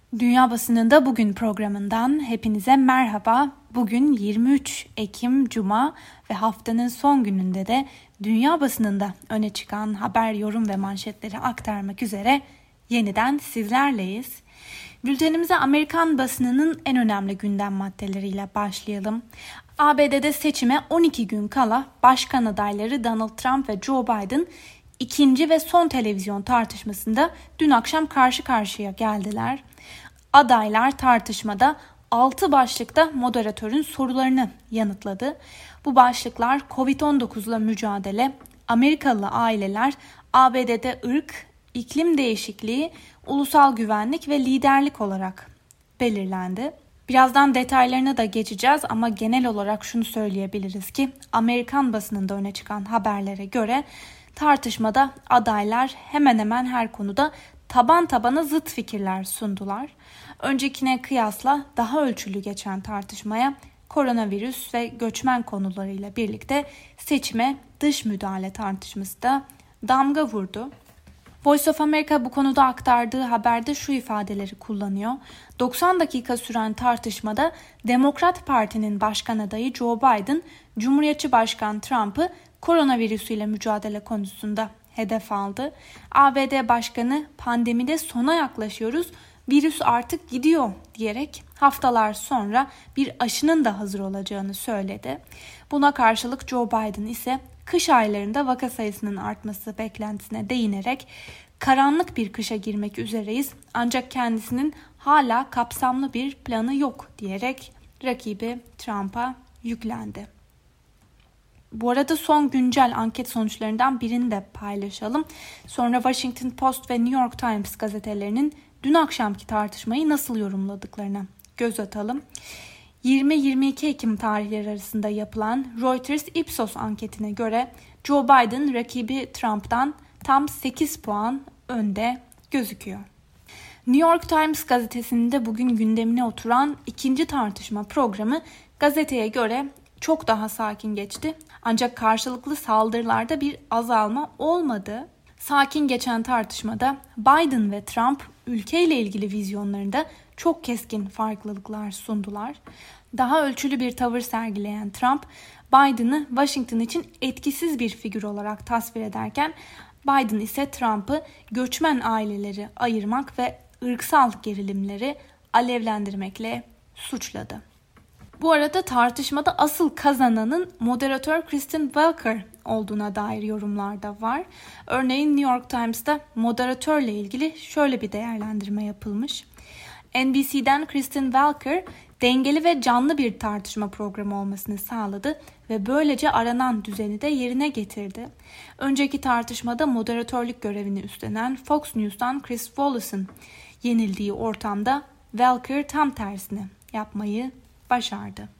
Dünya Basınında Bugün programından hepinize merhaba. Bugün 23 Ekim Cuma ve haftanın son gününde de dünya basınında öne çıkan haber, yorum ve manşetleri aktarmak üzere yeniden sizlerleyiz. Bültenimize Amerikan basınının en önemli gündem maddeleriyle başlayalım. ABD'de seçime 12 gün kala başkan adayları Donald Trump ve Joe Biden ikinci ve son televizyon tartışmasında dün akşam karşı karşıya geldiler. Adaylar tartışmada 6 başlıkta moderatörün sorularını yanıtladı. Bu başlıklar Covid-19 ile mücadele, Amerikalı aileler, ABD'de ırk, iklim değişikliği, ulusal güvenlik ve liderlik olarak belirlendi. Birazdan detaylarına da geçeceğiz ama genel olarak şunu söyleyebiliriz ki Amerikan basınında öne çıkan haberlere göre tartışmada adaylar hemen hemen her konuda taban tabana zıt fikirler sundular. Öncekine kıyasla daha ölçülü geçen tartışmaya koronavirüs ve göçmen konularıyla birlikte seçime dış müdahale tartışması da damga vurdu. Voice of America bu konuda aktardığı haberde şu ifadeleri kullanıyor. 90 dakika süren tartışmada Demokrat Parti'nin başkan adayı Joe Biden, Cumhuriyetçi Başkan Trump'ı koronavirüsüyle mücadele konusunda hedef aldı. ABD Başkanı pandemide sona yaklaşıyoruz, virüs artık gidiyor diyerek haftalar sonra bir aşının da hazır olacağını söyledi. Buna karşılık Joe Biden ise kış aylarında vaka sayısının artması beklentisine değinerek karanlık bir kışa girmek üzereyiz ancak kendisinin hala kapsamlı bir planı yok diyerek rakibi Trump'a yüklendi. Bu arada son güncel anket sonuçlarından birini de paylaşalım. Sonra Washington Post ve New York Times gazetelerinin dün akşamki tartışmayı nasıl yorumladıklarına göz atalım. 20-22 Ekim tarihleri arasında yapılan Reuters Ipsos anketine göre Joe Biden rakibi Trump'tan tam 8 puan önde gözüküyor. New York Times gazetesinin de bugün gündemine oturan ikinci tartışma programı gazeteye göre çok daha sakin geçti. Ancak karşılıklı saldırılarda bir azalma olmadı. Sakin geçen tartışmada Biden ve Trump ülkeyle ilgili vizyonlarında çok keskin farklılıklar sundular. Daha ölçülü bir tavır sergileyen Trump, Biden'ı Washington için etkisiz bir figür olarak tasvir ederken Biden ise Trump'ı göçmen aileleri ayırmak ve ırksal gerilimleri alevlendirmekle suçladı. Bu arada tartışmada asıl kazananın moderatör Kristen Welker olduğuna dair yorumlar da var. Örneğin New York Times'ta moderatörle ilgili şöyle bir değerlendirme yapılmış. NBC'den Kristen Welker dengeli ve canlı bir tartışma programı olmasını sağladı ve böylece aranan düzeni de yerine getirdi. Önceki tartışmada moderatörlük görevini üstlenen Fox News'tan Chris Wallace'ın yenildiği ortamda Welker tam tersini yapmayı başardı.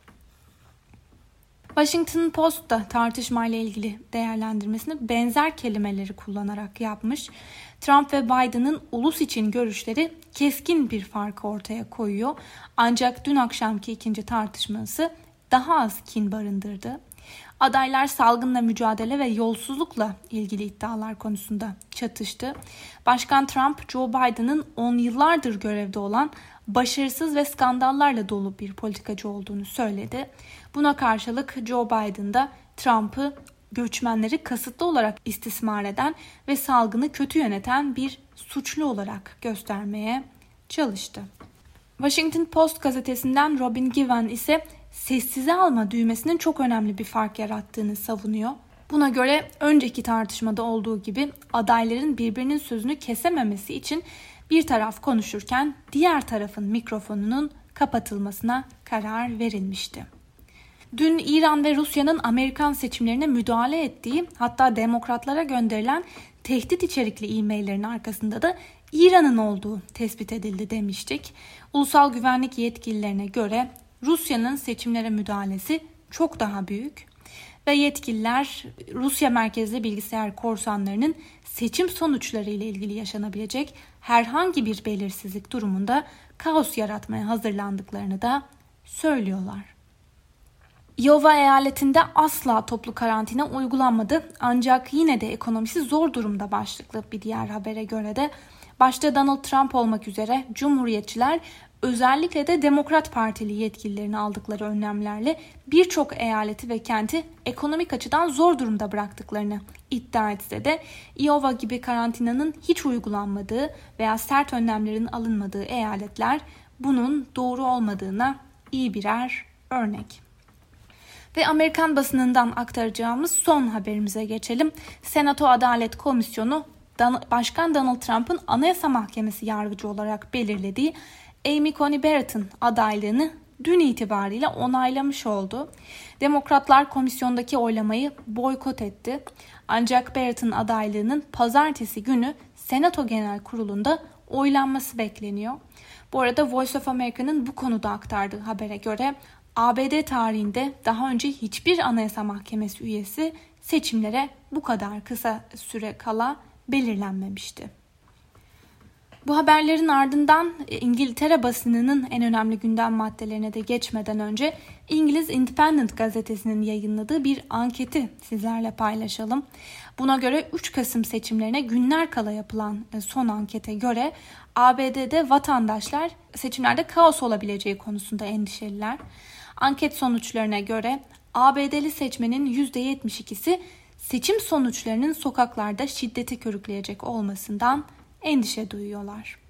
Washington Post da tartışmayla ilgili değerlendirmesini benzer kelimeleri kullanarak yapmış. Trump ve Biden'ın ulus için görüşleri keskin bir farkı ortaya koyuyor. Ancak dün akşamki ikinci tartışması daha az kin barındırdı. Adaylar salgınla mücadele ve yolsuzlukla ilgili iddialar konusunda çatıştı. Başkan Trump, Joe Biden'ın 10 yıllardır görevde olan başarısız ve skandallarla dolu bir politikacı olduğunu söyledi. Buna karşılık Joe Biden da Trump'ı göçmenleri kasıtlı olarak istismar eden ve salgını kötü yöneten bir suçlu olarak göstermeye çalıştı. Washington Post gazetesinden Robin Given ise sessize alma düğmesinin çok önemli bir fark yarattığını savunuyor. Buna göre önceki tartışmada olduğu gibi adayların birbirinin sözünü kesememesi için bir taraf konuşurken diğer tarafın mikrofonunun kapatılmasına karar verilmişti. Dün İran ve Rusya'nın Amerikan seçimlerine müdahale ettiği, hatta demokratlara gönderilen tehdit içerikli e-maillerin arkasında da İran'ın olduğu tespit edildi demiştik. Ulusal güvenlik yetkililerine göre Rusya'nın seçimlere müdahalesi çok daha büyük ve yetkililer Rusya merkezli bilgisayar korsanlarının seçim sonuçları ile ilgili yaşanabilecek herhangi bir belirsizlik durumunda kaos yaratmaya hazırlandıklarını da söylüyorlar. Iowa eyaletinde asla toplu karantina uygulanmadı ancak yine de ekonomisi zor durumda başlıklı bir diğer habere göre de Başta Donald Trump olmak üzere Cumhuriyetçiler özellikle de Demokrat Partili yetkililerin aldıkları önlemlerle birçok eyaleti ve kenti ekonomik açıdan zor durumda bıraktıklarını iddia etse de Iowa gibi karantinanın hiç uygulanmadığı veya sert önlemlerin alınmadığı eyaletler bunun doğru olmadığına iyi birer örnek. Ve Amerikan basınından aktaracağımız son haberimize geçelim. Senato Adalet Komisyonu Başkan Donald Trump'ın Anayasa Mahkemesi yargıcı olarak belirlediği Amy Coney Barrett'ın adaylığını dün itibariyle onaylamış oldu. Demokratlar komisyondaki oylamayı boykot etti. Ancak Barrett'ın adaylığının pazartesi günü Senato Genel Kurulu'nda oylanması bekleniyor. Bu arada Voice of America'nın bu konuda aktardığı habere göre ABD tarihinde daha önce hiçbir Anayasa Mahkemesi üyesi seçimlere bu kadar kısa süre kala belirlenmemişti. Bu haberlerin ardından İngiltere basınının en önemli gündem maddelerine de geçmeden önce İngiliz Independent gazetesinin yayınladığı bir anketi sizlerle paylaşalım. Buna göre 3 Kasım seçimlerine günler kala yapılan son ankete göre ABD'de vatandaşlar seçimlerde kaos olabileceği konusunda endişeliler. Anket sonuçlarına göre ABD'li seçmenin %72'si seçim sonuçlarının sokaklarda şiddeti körükleyecek olmasından endişe duyuyorlar.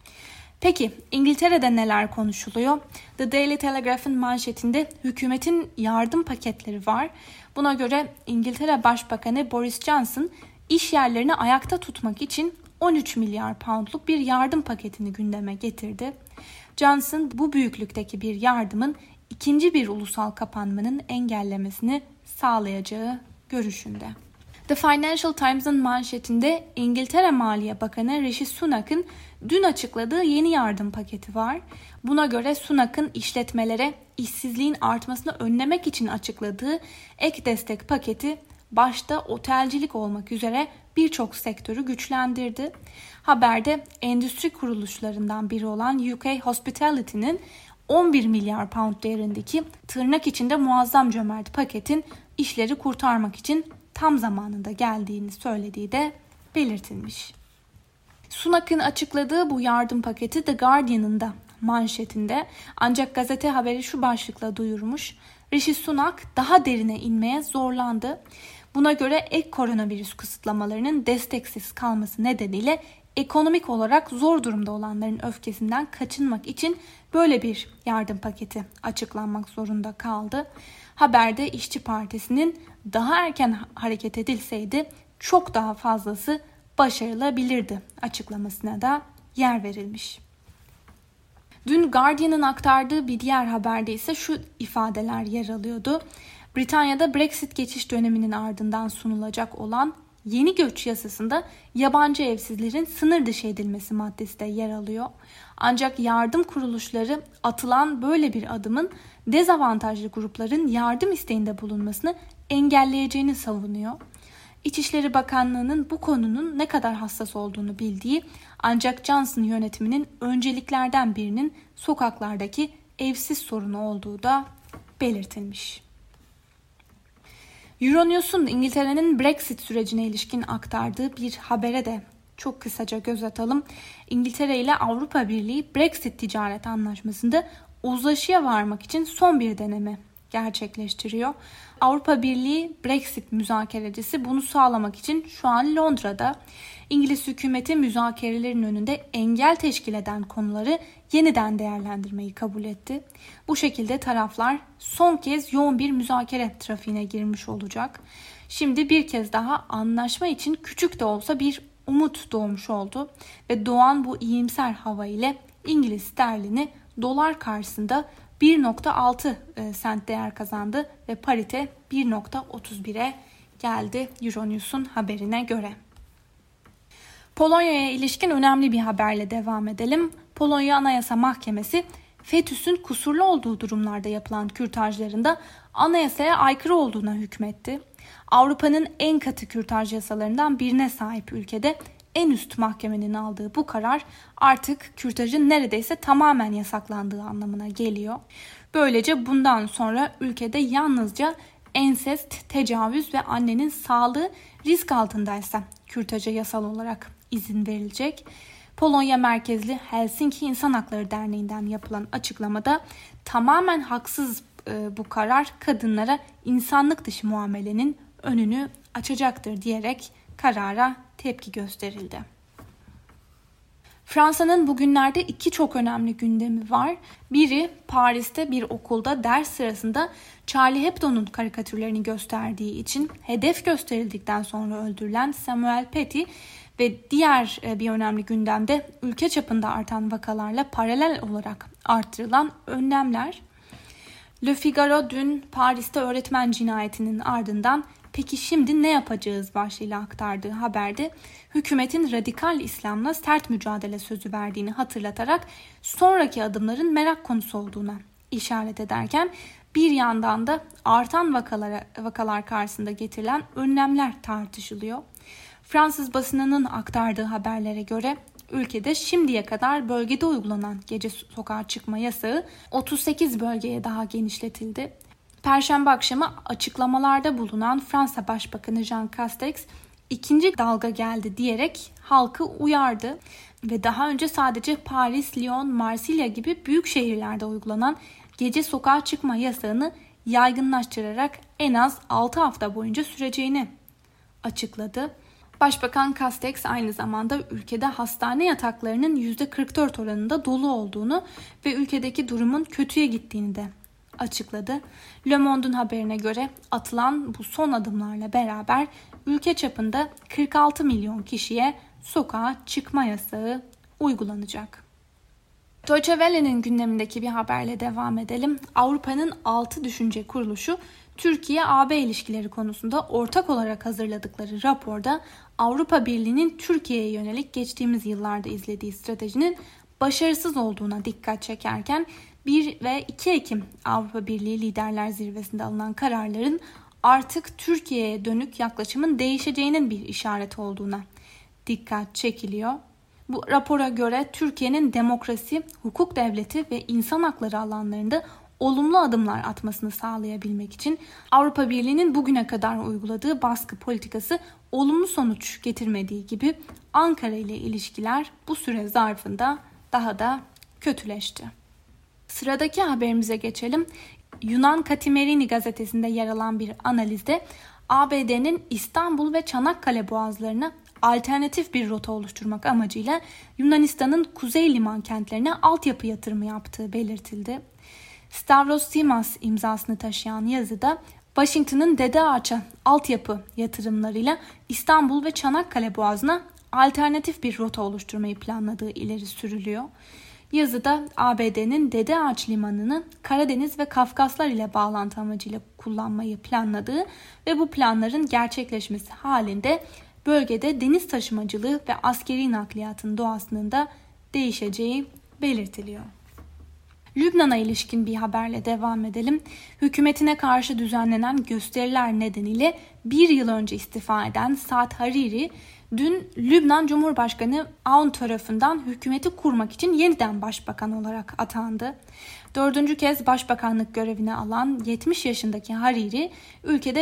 Peki İngiltere'de neler konuşuluyor? The Daily Telegraph'ın manşetinde hükümetin yardım paketleri var. Buna göre İngiltere Başbakanı Boris Johnson iş yerlerini ayakta tutmak için 13 milyar poundluk bir yardım paketini gündeme getirdi. Johnson bu büyüklükteki bir yardımın ikinci bir ulusal kapanmanın engellemesini sağlayacağı görüşünde. The Financial Times'ın manşetinde İngiltere Maliye Bakanı Rishi Sunak'ın dün açıkladığı yeni yardım paketi var. Buna göre Sunak'ın işletmelere işsizliğin artmasını önlemek için açıkladığı ek destek paketi başta otelcilik olmak üzere birçok sektörü güçlendirdi. Haberde endüstri kuruluşlarından biri olan UK Hospitality'nin 11 milyar pound değerindeki tırnak içinde muazzam cömert paketin işleri kurtarmak için tam zamanında geldiğini söylediği de belirtilmiş. Sunak'ın açıkladığı bu yardım paketi The Guardian'ın da manşetinde, ancak gazete haberi şu başlıkla duyurmuş: Rishi Sunak daha derine inmeye zorlandı. Buna göre ek koronavirüs kısıtlamalarının desteksiz kalması nedeniyle ekonomik olarak zor durumda olanların öfkesinden kaçınmak için böyle bir yardım paketi açıklanmak zorunda kaldı. Haberde İşçi Partisi'nin daha erken hareket edilseydi çok daha fazlası başarılabilirdi açıklamasına da yer verilmiş. Dün Guardian'ın aktardığı bir diğer haberde ise şu ifadeler yer alıyordu. Britanya'da Brexit geçiş döneminin ardından sunulacak olan yeni göç yasasında yabancı evsizlerin sınır dışı edilmesi maddesi de yer alıyor. Ancak yardım kuruluşları atılan böyle bir adımın dezavantajlı grupların yardım isteğinde bulunmasını engelleyeceğini savunuyor. İçişleri Bakanlığı'nın bu konunun ne kadar hassas olduğunu bildiği, ancak Johnson yönetiminin önceliklerden birinin sokaklardaki evsiz sorunu olduğu da belirtilmiş. Euronews'un İngiltere'nin Brexit sürecine ilişkin aktardığı bir habere de çok kısaca göz atalım. İngiltere ile Avrupa Birliği Brexit ticaret anlaşmasında uzlaşıya varmak için son bir deneme gerçekleştiriyor. Avrupa Birliği Brexit müzakerecisi bunu sağlamak için şu an Londra'da. İngiliz hükümeti müzakerelerin önünde engel teşkil eden konuları yeniden değerlendirmeyi kabul etti. Bu şekilde taraflar son kez yoğun bir müzakere trafiğine girmiş olacak. Şimdi bir kez daha anlaşma için küçük de olsa bir umut doğmuş oldu ve doğan bu iyimser hava ile İngiliz sterlini dolar karşısında 1.6 sent değer kazandı ve parite 1.31'e geldi Euronews'un haberine göre. Polonya'ya ilişkin önemli bir haberle devam edelim. Polonya Anayasa Mahkemesi, fetüsün kusurlu olduğu durumlarda yapılan kürtajlarında anayasaya aykırı olduğuna hükmetti. Avrupa'nın en katı kürtaj yasalarından birine sahip ülkede en üst mahkemenin aldığı bu karar artık kürtajın neredeyse tamamen yasaklandığı anlamına geliyor. Böylece bundan sonra ülkede yalnızca ensest, tecavüz ve annenin sağlığı risk altındaysa kürtaja yasal olarak izin verilecek. Polonya merkezli Helsinki İnsan Hakları Derneği'nden yapılan açıklamada tamamen haksız bu karar kadınlara insanlık dışı muamelenin önünü açacaktır diyerek karara tepki gösterildi. Fransa'nın bugünlerde iki çok önemli gündemi var. Biri Paris'te bir okulda ders sırasında Charlie Hebdo'nun karikatürlerini gösterdiği için hedef gösterildikten sonra öldürülen Samuel Paty ve diğer bir önemli gündemde ülke çapında artan vakalarla paralel olarak arttırılan önlemler. Le Figaro dün Paris'te öğretmen cinayetinin ardından "Peki şimdi ne yapacağız?" başlığıyla aktardığı haberde hükümetin radikal İslam'la sert mücadele sözü verdiğini hatırlatarak sonraki adımların merak konusu olduğuna işaret ederken bir yandan da artan vakalar karşısında getirilen önlemler tartışılıyor. Fransız basınının aktardığı haberlere göre ülkede şimdiye kadar bölgede uygulanan gece sokağa çıkma yasağı 38 bölgeye daha genişletildi. Perşembe akşamı açıklamalarda bulunan Fransa Başbakanı Jean Castex ikinci dalga geldi diyerek halkı uyardı ve daha önce sadece Paris, Lyon, Marsilya gibi büyük şehirlerde uygulanan gece sokağa çıkma yasağını yaygınlaştırarak en az 6 hafta boyunca süreceğini açıkladı. Başbakan Castex aynı zamanda ülkede hastane yataklarının %44 oranında dolu olduğunu ve ülkedeki durumun kötüye gittiğini de açıkladı. Le Monde'un haberine göre atılan bu son adımlarla beraber ülke çapında 46 milyon kişiye sokağa çıkma yasağı uygulanacak. Deutsche Welle'nin gündemindeki bir haberle devam edelim. Avrupa'nın 6 düşünce kuruluşu Türkiye-AB ilişkileri konusunda ortak olarak hazırladıkları raporda Avrupa Birliği'nin Türkiye'ye yönelik geçtiğimiz yıllarda izlediği stratejinin başarısız olduğuna dikkat çekerken 1 ve 2 Ekim Avrupa Birliği Liderler Zirvesi'nde alınan kararların artık Türkiye'ye dönük yaklaşımın değişeceğinin bir işareti olduğuna dikkat çekiliyor. Bu rapora göre Türkiye'nin demokrasi, hukuk devleti ve insan hakları alanlarında olumlu adımlar atmasını sağlayabilmek için Avrupa Birliği'nin bugüne kadar uyguladığı baskı politikası olumlu sonuç getirmediği gibi Ankara ile ilişkiler bu süre zarfında daha da kötüleşti. Sıradaki haberimize geçelim. Yunan Katimerini gazetesinde yer alan bir analizde ABD'nin İstanbul ve Çanakkale boğazlarına alternatif bir rota oluşturmak amacıyla Yunanistan'ın kuzey liman kentlerine altyapı yatırımı yaptığı belirtildi. Stavros Simas imzasını taşıyan yazıda Washington'ın Dede Ağaç'a altyapı yatırımlarıyla İstanbul ve Çanakkale boğazına alternatif bir rota oluşturmayı planladığı ileri sürülüyor. Yazıda ABD'nin Dede Ağaç Limanı'nı Karadeniz ve Kafkaslar ile bağlantı amacıyla kullanmayı planladığı ve bu planların gerçekleşmesi halinde bölgede deniz taşımacılığı ve askeri nakliyatın doğasının da değişeceği belirtiliyor. Lübnan'a ilişkin bir haberle devam edelim. Hükümetine karşı düzenlenen gösteriler nedeniyle bir yıl önce istifa eden Saad Hariri, dün Lübnan Cumhurbaşkanı Aoun tarafından hükümeti kurmak için yeniden başbakan olarak atandı. 4. kez başbakanlık görevini alan 70 yaşındaki Hariri, ülkede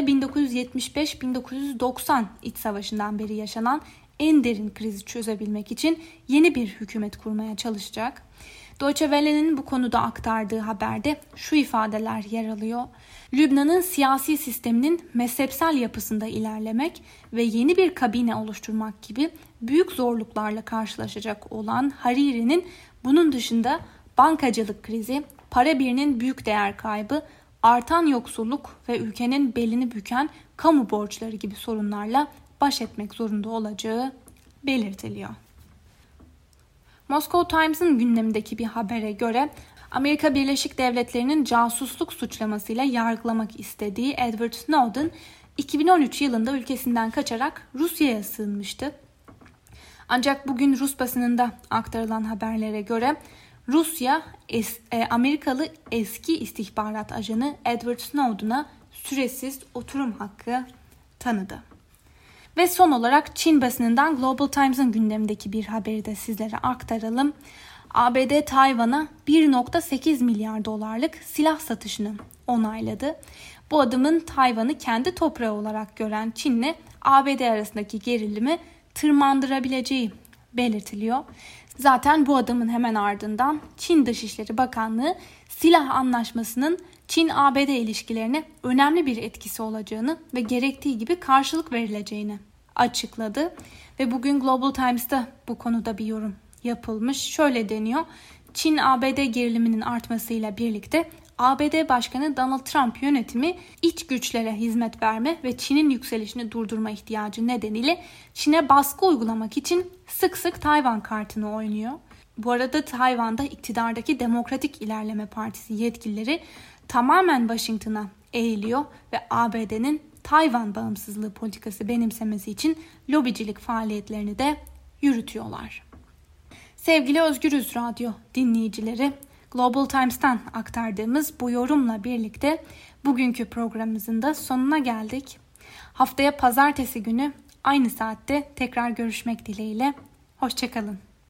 1975-1990 iç savaşından beri yaşanan en derin krizi çözebilmek için yeni bir hükümet kurmaya çalışacak. Deutsche Welle'nin bu konuda aktardığı haberde şu ifadeler yer alıyor. Lübnan'ın siyasi sisteminin mezhepsel yapısında ilerlemek ve yeni bir kabine oluşturmak gibi büyük zorluklarla karşılaşacak olan Hariri'nin bunun dışında bankacılık krizi, para birinin büyük değer kaybı, artan yoksulluk ve ülkenin belini büken kamu borçları gibi sorunlarla baş etmek zorunda olacağı belirtiliyor. Moscow Times'ın gündemindeki bir habere göre Amerika Birleşik Devletleri'nin casusluk suçlamasıyla yargılamak istediği Edward Snowden 2013 yılında ülkesinden kaçarak Rusya'ya sığınmıştı. Ancak bugün Rus basınında aktarılan haberlere göre Rusya Amerikalı eski istihbarat ajanı Edward Snowden'a süresiz oturum hakkı tanıdı. Ve son olarak Çin basınından Global Times'ın gündemindeki bir haberi de sizlere aktaralım. ABD Tayvan'a 1.8 milyar dolarlık silah satışını onayladı. Bu adımın Tayvan'ı kendi toprağı olarak gören Çin'le ABD arasındaki gerilimi tırmandırabileceği belirtiliyor. Zaten bu adımın hemen ardından Çin Dışişleri Bakanlığı silah anlaşmasının Çin-ABD ilişkilerine önemli bir etkisi olacağını ve gerektiği gibi karşılık verileceğini açıkladı. Ve bugün Global Times'ta bu konuda bir yorum yapılmış. Şöyle deniyor: Çin-ABD geriliminin artmasıyla birlikte ABD Başkanı Donald Trump yönetimi iç güçlere hizmet verme ve Çin'in yükselişini durdurma ihtiyacı nedeniyle Çin'e baskı uygulamak için sık sık Tayvan kartını oynuyor. Bu arada Tayvan'da iktidardaki Demokratik İlerleme Partisi yetkilileri tamamen Washington'a eğiliyor ve ABD'nin Tayvan bağımsızlığı politikası benimsemesi için lobicilik faaliyetlerini de yürütüyorlar. Sevgili Özgürüz Radyo dinleyicileri, Global Times'tan aktardığımız bu yorumla birlikte bugünkü programımızın da sonuna geldik. Haftaya pazartesi günü aynı saatte tekrar görüşmek dileğiyle. Hoşça kalın.